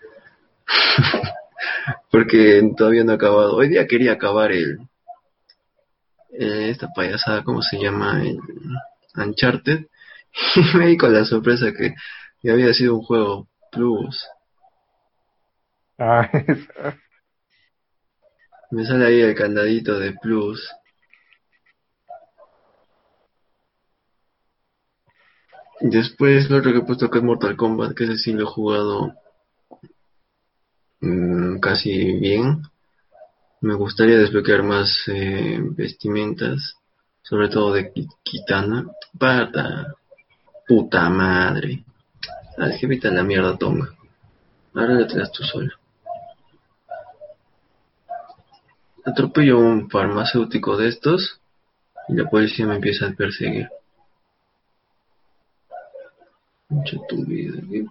Speaker 2: porque todavía no he acabado. Hoy día quería acabar el, eh, esta payasada, ¿cómo se llama? El Uncharted, y me di con la sorpresa que, que había sido un juego Plus.
Speaker 3: Ah,
Speaker 2: Me sale ahí el candadito de Plus. Y después lo otro que he puesto acá es Mortal Kombat, que ese sí lo he jugado mmm, casi bien. Me gustaría desbloquear más eh, vestimentas, sobre todo de Ki- Kitana. Pata, puta madre. Al jefita la mierda, toma. Ahora le traes tú solo. Atropello a un farmacéutico de estos y la policía me empieza a perseguir. Mucha tu vida. ¿Qué?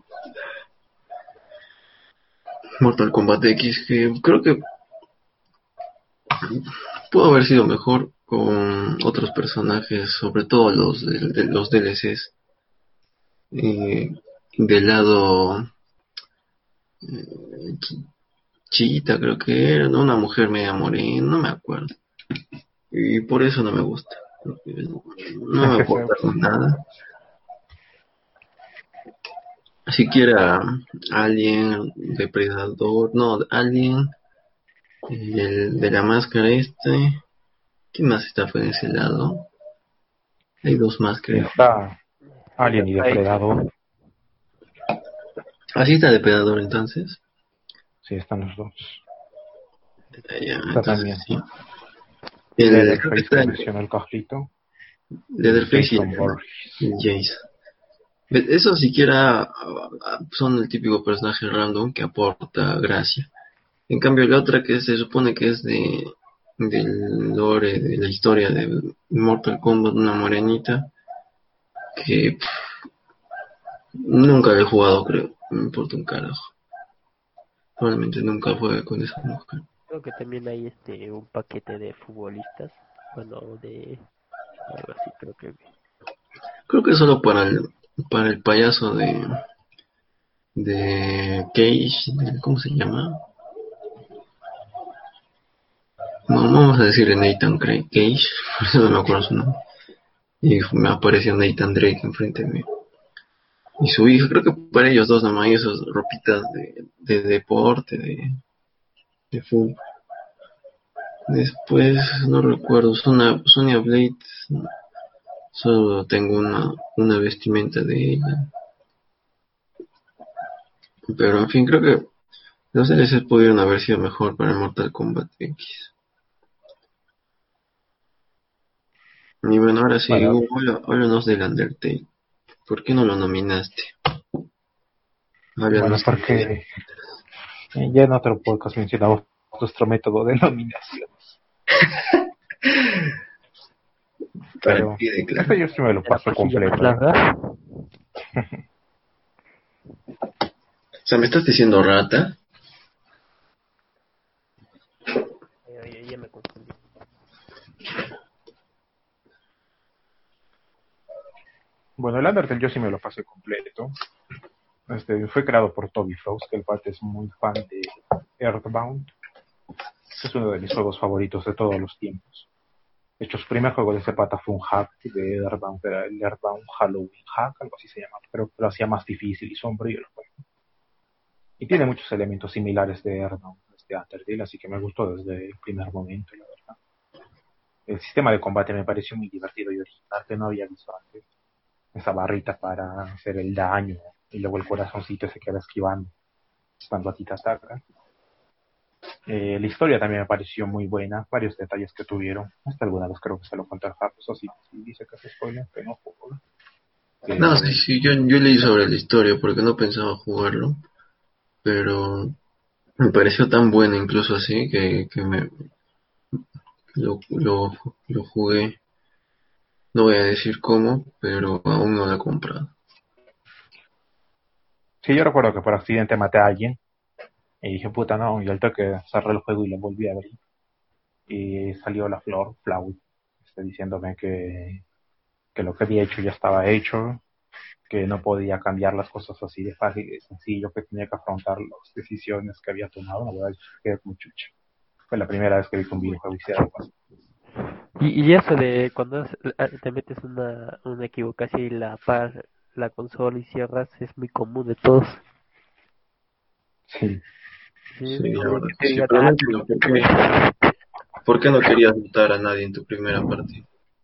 Speaker 2: Mortal Kombat X, que creo que pudo haber sido mejor con otros personajes, sobre todo los de, de los D L Cs. Eh, del lado eh, Chita creo que era, ¿no? Una mujer media morena, no me acuerdo. Y por eso no me gusta. Porque no, no me aportaron nada. Siquiera Alien, Depredador, no, Alien, el de la máscara este. ¿Quién más está por ese lado? Hay dos más creo.
Speaker 3: está Alien y
Speaker 1: Undertaker.
Speaker 3: Depredador.
Speaker 2: Así está Depredador entonces.
Speaker 3: Sí, están los dos.
Speaker 2: Ya,
Speaker 3: Está
Speaker 2: entonces
Speaker 3: también
Speaker 2: sí. El, creo que
Speaker 3: Leatherface
Speaker 2: está
Speaker 3: que
Speaker 2: el
Speaker 3: mencionó el Carlito. Y
Speaker 2: Leatherface y
Speaker 3: Jason
Speaker 2: el,
Speaker 3: Voorhees.
Speaker 2: el Jace. Ve- Esos siquiera ah, ah, son el típico personaje random que aporta gracia. En cambio, la otra que se supone que es de del lore, de la historia de Mortal Kombat, una morenita, que pff, nunca la he jugado, creo. No me importa un carajo. Probablemente nunca juegue con esa mujer.
Speaker 1: Creo que también hay este un paquete de futbolistas. Bueno, de algo así, creo que
Speaker 2: Creo que solo para el, para el payaso de, de Cage, de- ¿cómo se llama? No, no vamos a decirle Nathan Cra- Cage, por eso no me acuerdo su nombre. Y me apareció Nathan Drake enfrente de mí. Y su hija, creo que para ellos dos nomás, y esas ropitas de, de deporte, de, de fútbol. Después, no recuerdo, Sonia, Sonia Blade, solo tengo una, una vestimenta de ella. Pero en fin, creo que los D L Cs pudieron haber sido mejor para Mortal Kombat X. Y bueno, ahora sí,
Speaker 3: Bueno,
Speaker 2: Hugo, habla- háblanos del Undertale. ¿Por qué no lo nominaste?
Speaker 3: bueno,
Speaker 2: Háblanos que me
Speaker 3: porque ya en otro podcast mencionamos nuestro método de nominación.
Speaker 2: para que
Speaker 3: Pero
Speaker 2: quede claro.
Speaker 3: este yo sí me lo
Speaker 1: de la
Speaker 3: paso
Speaker 1: pajilla más
Speaker 3: completo, ¿eh?
Speaker 1: larga.
Speaker 2: O sea, ¿me estás diciendo rata?
Speaker 1: Ay, ay, ay, ya me confundí.
Speaker 3: Bueno, el Undertale yo sí me lo pasé completo. Este, fue creado por Toby Frost, que el pate es muy fan de, Earthbound, que es uno de mis juegos favoritos de todos los tiempos. De hecho, su primer juego de ese pata fue un hack de Earthbound, era el Earthbound Halloween Hack, algo así se llama, pero lo hacía más difícil y sombrío el juego. Y tiene muchos elementos similares de Earthbound, de Undertale, así que me gustó desde el primer momento, la verdad. El sistema de combate me pareció muy divertido y original, que no había visto antes. Esa barrita para hacer el daño y luego el corazoncito se queda esquivando cuando a ti te ataca. Eh, la historia también me pareció muy buena, varios detalles que tuvieron. Hasta alguna vez creo que se lo conté al Japos, así que si dice que es spoiler, que no juego.
Speaker 2: No, sí,
Speaker 3: Eh,
Speaker 2: sí, yo, yo leí sobre la historia porque no pensaba jugarlo, pero me pareció tan bueno incluso así que, que me lo, lo, lo jugué. No voy a decir cómo, pero aún no lo he comprado.
Speaker 3: sí, yo recuerdo que por accidente maté a alguien y dije, puta, no, y al toque cerré el juego y lo volví a abrir. Y salió la flor, Flower, este, diciéndome que, que lo que había hecho ya estaba hecho, que no podía cambiar las cosas así de fácil y de sencillo, que tenía que afrontar las decisiones que había tomado. La verdad, yo quedé como chucha. Fue la primera vez que vi que un videojuego hiciera algo así.
Speaker 1: Y, y eso de cuando has- ah, te metes una, una equivocación y la par la consola y cierras es muy común de todos.
Speaker 3: Sí.
Speaker 1: Sí, es
Speaker 2: Sí, la
Speaker 1: como
Speaker 2: verdad
Speaker 1: que
Speaker 2: que
Speaker 1: te
Speaker 2: sí,
Speaker 1: digan,
Speaker 2: pero no
Speaker 1: ah,
Speaker 2: entiendo por qué, por qué no querías matar a nadie en tu primera partida.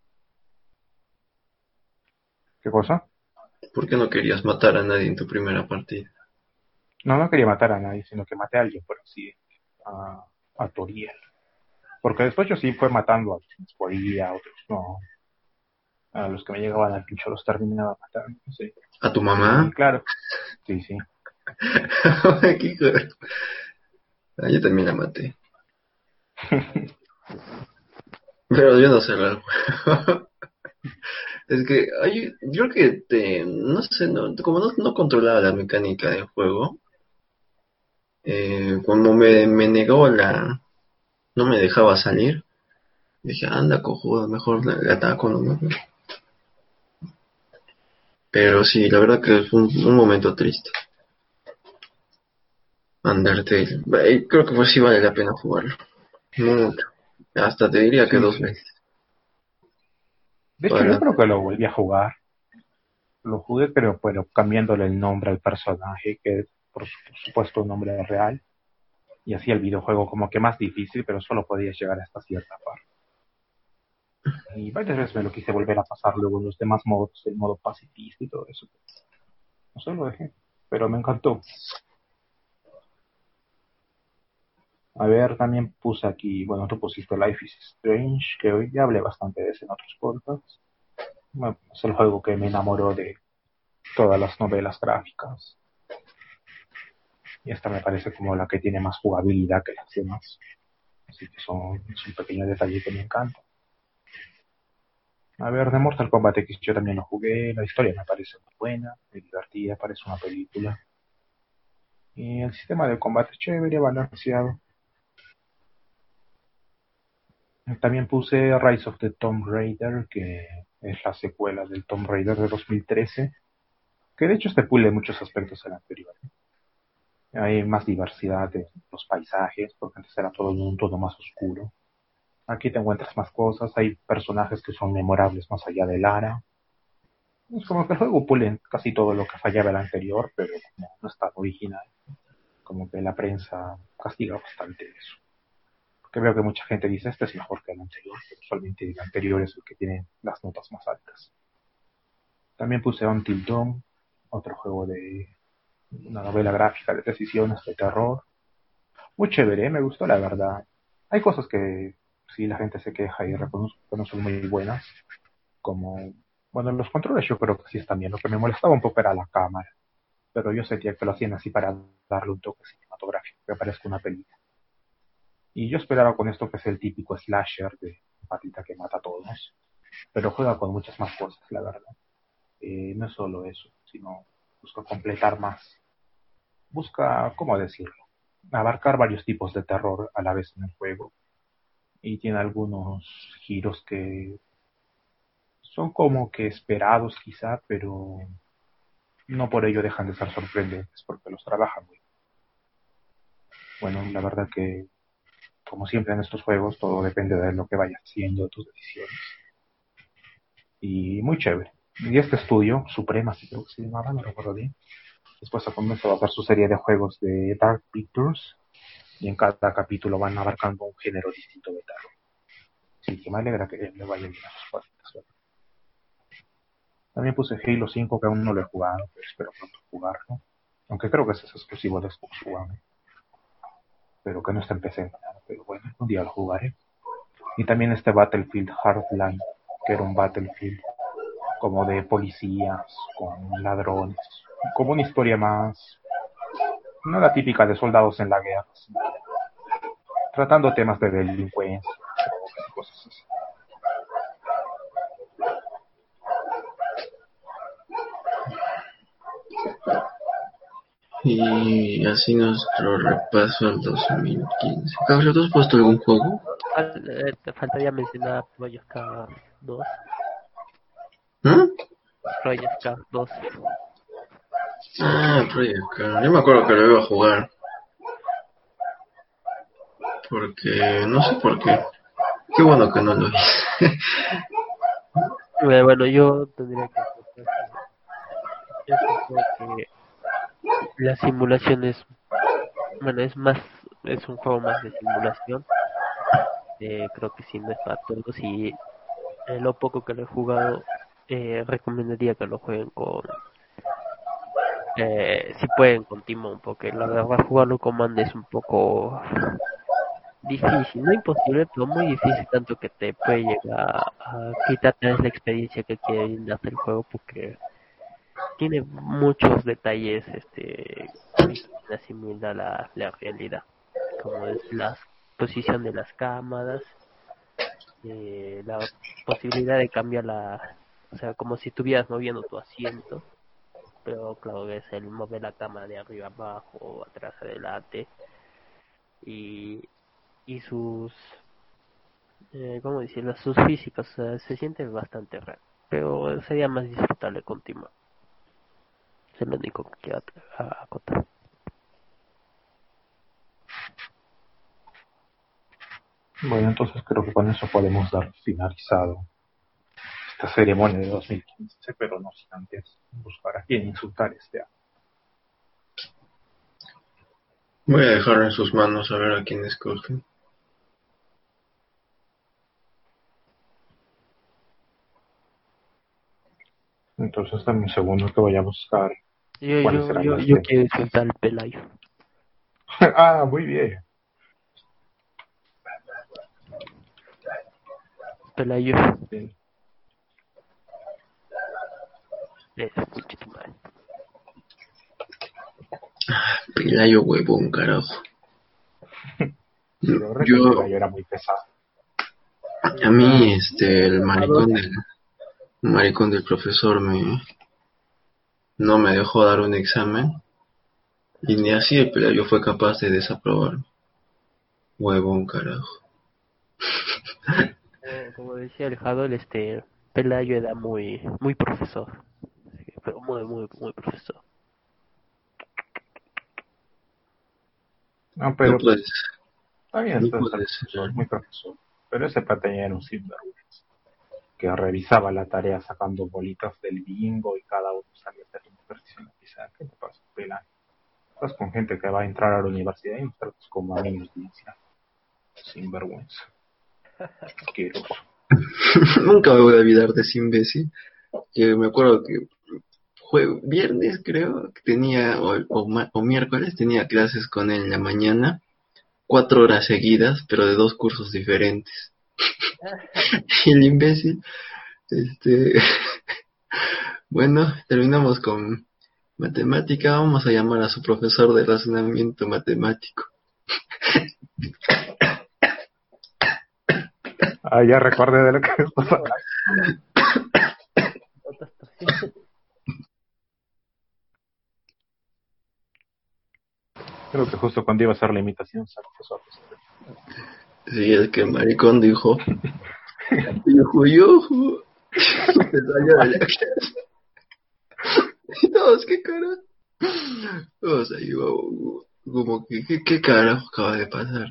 Speaker 3: ¿Qué cosa?
Speaker 2: ¿Por qué no querías matar a nadie en tu primera partida?
Speaker 3: No, no quería matar a nadie, sino que maté a alguien, por así, a, a Toriel. Porque después yo sí fue matando a quienes podía, a otros no. A los que me llegaban al pincho los terminaba matando, no sé.
Speaker 2: ¿A tu
Speaker 3: Y
Speaker 2: mamá?
Speaker 3: claro, sí, sí.
Speaker 2: ¿Qué hijo de- Ah, yo también la maté. Pero yo no sé el juego. Es que hay, yo creo que te, no sé, no, como no, no controlaba la mecánica del juego, eh, cuando me, me negó la, no me dejaba salir, dije, anda, cojudo, mejor le, le ataco, ¿no? Pero sí, la verdad que fue un, un momento triste. Undertale, Eh, creo que pues sí vale la pena jugarlo, mucho. Hasta te diría que
Speaker 3: Sí,
Speaker 2: dos
Speaker 3: sí.
Speaker 2: veces.
Speaker 3: De hecho, yo
Speaker 2: Para,
Speaker 3: creo que lo volví a jugar. Lo jugué, pero, pero cambiándole el nombre al personaje, que por, su- por supuesto un nombre real. Y hacía el videojuego como que más difícil, pero solo podías llegar hasta cierta parte. Y varias veces me lo quise volver a pasar luego en los demás modos, el modo pacifista y todo eso. No sé, lo dejé. Pero me encantó. A ver, también puse aquí, bueno, tú pusiste Life is Strange, que hoy ya hablé bastante de ese en otros podcasts. Bueno, es el juego que me enamoró de todas las novelas gráficas. Y esta me parece como la que tiene más jugabilidad que las demás. Así que son, es un pequeño detalle que me encanta. A ver, de Mortal Kombat X yo también lo jugué. La historia me parece muy buena, muy divertida, parece una película. Y el sistema de combate es chévere, balanceado. También puse Rise of the Tomb Raider, que es la secuela del Tomb Raider de dos mil trece, que de hecho este pule muchos aspectos del anterior. Hay más diversidad de los paisajes, porque antes era todo un tono más oscuro. Aquí te encuentras más cosas, hay personajes que son memorables más allá de Lara. Es como que el juego pule casi todo lo que fallaba el anterior, pero como no es tan original, como que la prensa castiga bastante eso. Porque veo que mucha gente dice, este es mejor que el anterior, pero usualmente el anterior es el que tiene las notas más altas. También puse Until Dawn, otro juego de una novela gráfica de decisiones de terror. Muy chévere, ¿eh? Me gustó la verdad. Hay cosas que sí la gente se queja y reconozco que no son muy buenas, como, bueno, los controles yo creo que sí están bien. Lo que me molestaba un poco era la cámara, pero yo sentía que lo hacían así para darle un toque cinematográfico, que parezca una película. Y yo esperaba con esto que sea el típico slasher de patita que mata a todos, pero juega con muchas más cosas, la verdad. Eh, no es solo eso, sino busca completar más. Busca, ¿cómo decirlo? Abarcar varios tipos de terror a la vez en el juego. Y tiene algunos giros que son como que esperados quizá, pero no por ello dejan de ser sorprendentes porque los trabajan muy bien. Bueno, la verdad que, como siempre en estos juegos, todo depende de lo que vayas haciendo, tus decisiones. Y muy chévere. Y este estudio, Suprema, si creo que se llamaba, no recuerdo bien, después ha comenzado a hacer su serie de juegos de Dark Pictures, y en cada capítulo van abarcando un género distinto de terror. Sí, que me alegra que le vaya bien a sus juegos. También puse Halo cinco, que aún no lo he jugado, pero espero pronto jugarlo. Aunque creo que ese es exclusivo de Xbox One. Pero que no está en P C. Pero bueno, un día lo jugaré. Y también este Battlefield Hardline, que era un Battlefield como de policías, con ladrones. Como una historia más... no la típica de soldados en la guerra, sino tratando temas de delincuencia, cosas así.
Speaker 2: Y así nuestro repaso al dos mil quince. Carlos, ¿tú has puesto algún juego?
Speaker 1: Fal- eh, te faltaría mencionar Project Cars dos.
Speaker 2: ¿Mm?
Speaker 1: Project Cars dos.
Speaker 2: Ah, Project Cars. Yo me acuerdo que lo iba a jugar. Porque... no sé por qué. Qué bueno que no lo hice.
Speaker 1: Eh, bueno, yo tendría que aceptar que es un juego que la simulación es, bueno, es más, es un juego más de simulación. Eh, creo que sí no es para todos y eh, lo poco que lo he jugado, eh, recomendaría que lo jueguen con, eh, si pueden con Timón, porque la verdad jugarlo con mando es un poco difícil, no imposible, pero muy difícil, tanto que te puede llegar a quitarte la experiencia que quiere brindarte el juego, porque tiene muchos detalles este que asimilan la, la realidad, como es la posición de las cámaras, eh, la posibilidad de cambiar la, o sea, como si estuvieras moviendo tu asiento, pero claro, es el mover la cámara de arriba abajo, atrás adelante, y, y sus, eh, ¿cómo decirlo? Sus físicas, o sea, se siente bastante raro, pero sería más disfrutable continuar. Es lo único que quiero a- acotar.
Speaker 3: Bueno, entonces creo que con eso podemos dar finalizado esta ceremonia de dos mil quince, pero no sin antes buscar a quién insultar este año.
Speaker 2: Voy a dejar en sus manos a ver a quién escogen.
Speaker 3: Entonces dame un segundo que voy a buscar
Speaker 1: Yo,
Speaker 3: cuáles
Speaker 1: yo,
Speaker 3: serán
Speaker 1: yo,
Speaker 3: las
Speaker 1: yo
Speaker 3: temas.
Speaker 1: quiero insultar al Pelayo.
Speaker 3: Ah, muy bien.
Speaker 1: Pelayo.
Speaker 3: Sí.
Speaker 1: Eh, escucha tu madre.
Speaker 2: Pelayo huevón, carajo.
Speaker 3: Sí, la verdad que el
Speaker 2: Yo,
Speaker 3: Pelayo era muy pesado.
Speaker 2: a mí, este, el
Speaker 1: A dos.
Speaker 2: maricón del, maricón del profesor me, no me dejó dar un examen. Y ni así el Pelayo fue capaz de desaprobarme. Huevón, carajo.
Speaker 1: Como, como decía el Jadol, este Pelayo era muy, muy profesor. Así que, pero muy, muy, muy profesor.
Speaker 3: No,
Speaker 2: No
Speaker 3: pero pues,
Speaker 2: puedes,
Speaker 3: también
Speaker 2: no
Speaker 3: está ese
Speaker 2: puedes
Speaker 3: profesor,
Speaker 2: ser.
Speaker 3: muy profesor. Pero ese pata ya era un sinvergüenza, que revisaba la tarea sacando bolitas del bingo y cada uno salía a hacer un ejercicio en la pizarra. ¿Qué te pasa, Pelayo? Estás con gente que va a entrar a la universidad y nos tratas como a niños de inicial. Sinvergüenza. Asqueroso.
Speaker 2: Nunca me voy a olvidar de ese imbécil. Que me acuerdo que fue viernes, creo, que tenía, o, o, ma- o miércoles, tenía clases con él en la mañana, cuatro horas seguidas, pero de dos cursos diferentes. Y el imbécil, este, bueno, terminamos con matemática, vamos a llamar a su profesor de razonamiento matemático.
Speaker 3: Ah, ya recordé de lo que estás hablando.
Speaker 1: Otras torsiones.
Speaker 3: Creo que justo cuando iba a hacer la imitación se empezó a pesar.
Speaker 2: Sí, es que el maricón dijo, yuju, yuju, se salió de la clase. Y todos, ¿qué cara? Todos ahí, wow. Como que, ¿qué, qué carajo acaba de pasar?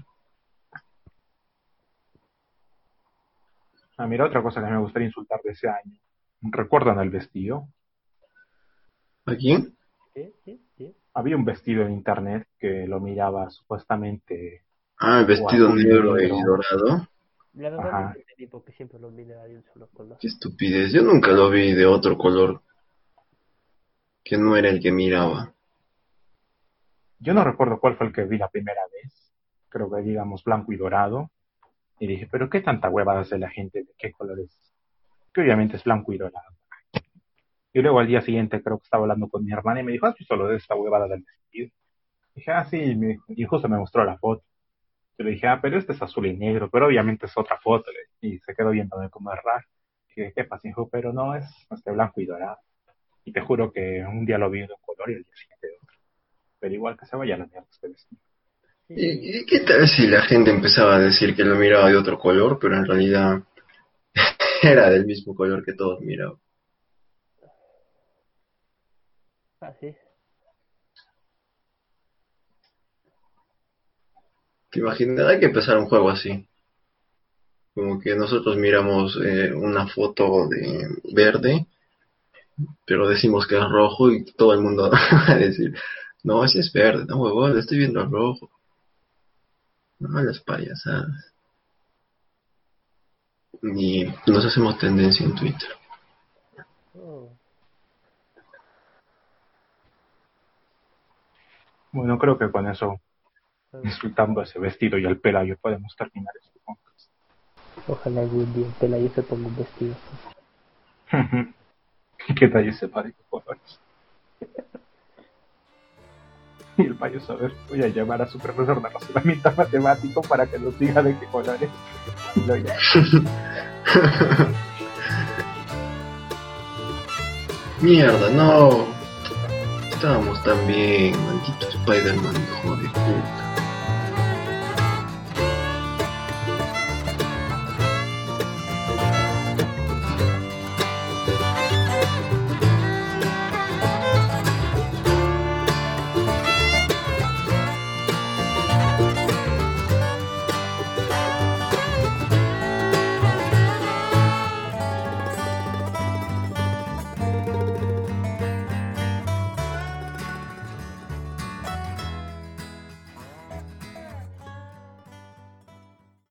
Speaker 3: Ah, mira, otra cosa que me gustaría insultar de ese año. ¿Recuerdan el vestido?
Speaker 2: ¿A quién?
Speaker 1: Sí, sí, sí.
Speaker 3: Había un vestido en internet que lo miraba supuestamente
Speaker 2: Ah, el
Speaker 3: o
Speaker 2: vestido
Speaker 3: azul y
Speaker 2: negro y
Speaker 3: negro.
Speaker 2: dorado.
Speaker 1: La verdad no
Speaker 3: Ajá.
Speaker 1: entendí porque siempre lo miraba de un solo color.
Speaker 2: Qué estupidez. Yo nunca lo vi de otro color que no era el que miraba.
Speaker 3: Yo no recuerdo cuál fue el que vi la primera vez. Creo que digamos blanco y dorado. Y dije, pero qué tanta huevada hace la gente de qué colores. Que obviamente es blanco y dorado. Y luego al día siguiente creo que estaba hablando con mi hermana y me dijo, ¿has visto lo de esta huevada del vestido? Dije, ah, sí, y, me dijo- y justo me mostró la foto. Yo le dije, ah, pero este es azul y negro, pero obviamente es otra foto. le- Y se quedó viéndome como es raro. Dije, ¿qué pasa? Y dijo, pero no, es este blanco y dorado. Y te juro que un día lo vi de un color y el día siguiente de otro. Pero igual que se vaya a la mierda este vestido.
Speaker 1: Sí,
Speaker 2: ¿Y, y qué tal si la gente empezaba a decir que lo miraba de otro color, pero en realidad era del mismo color que todos miraban?
Speaker 1: así.
Speaker 2: ¿Te imaginas? Hay que empezar un juego así. Como que nosotros miramos eh, una foto de verde, pero decimos que es rojo y todo el mundo va a decir, no, ese es verde, no huevón, estoy viendo rojo. No, las payasadas. Y nos hacemos tendencia en Twitter.
Speaker 1: Oh,
Speaker 3: Bueno, creo que con eso,
Speaker 1: oh.
Speaker 3: insultando ese vestido y al Pelayo, podemos terminar este podcast.
Speaker 1: Ojalá algún día el Pelayo se ponga un vestido.
Speaker 3: Y que nadie sepa de qué colores. Y el payo saber, voy a llamar a su profesor de razonamiento matemático para que nos diga de qué colores. Y lo llamo.
Speaker 2: Mierda, no. Estábamos tan bien, maldito Spider-Man, hijo de puta.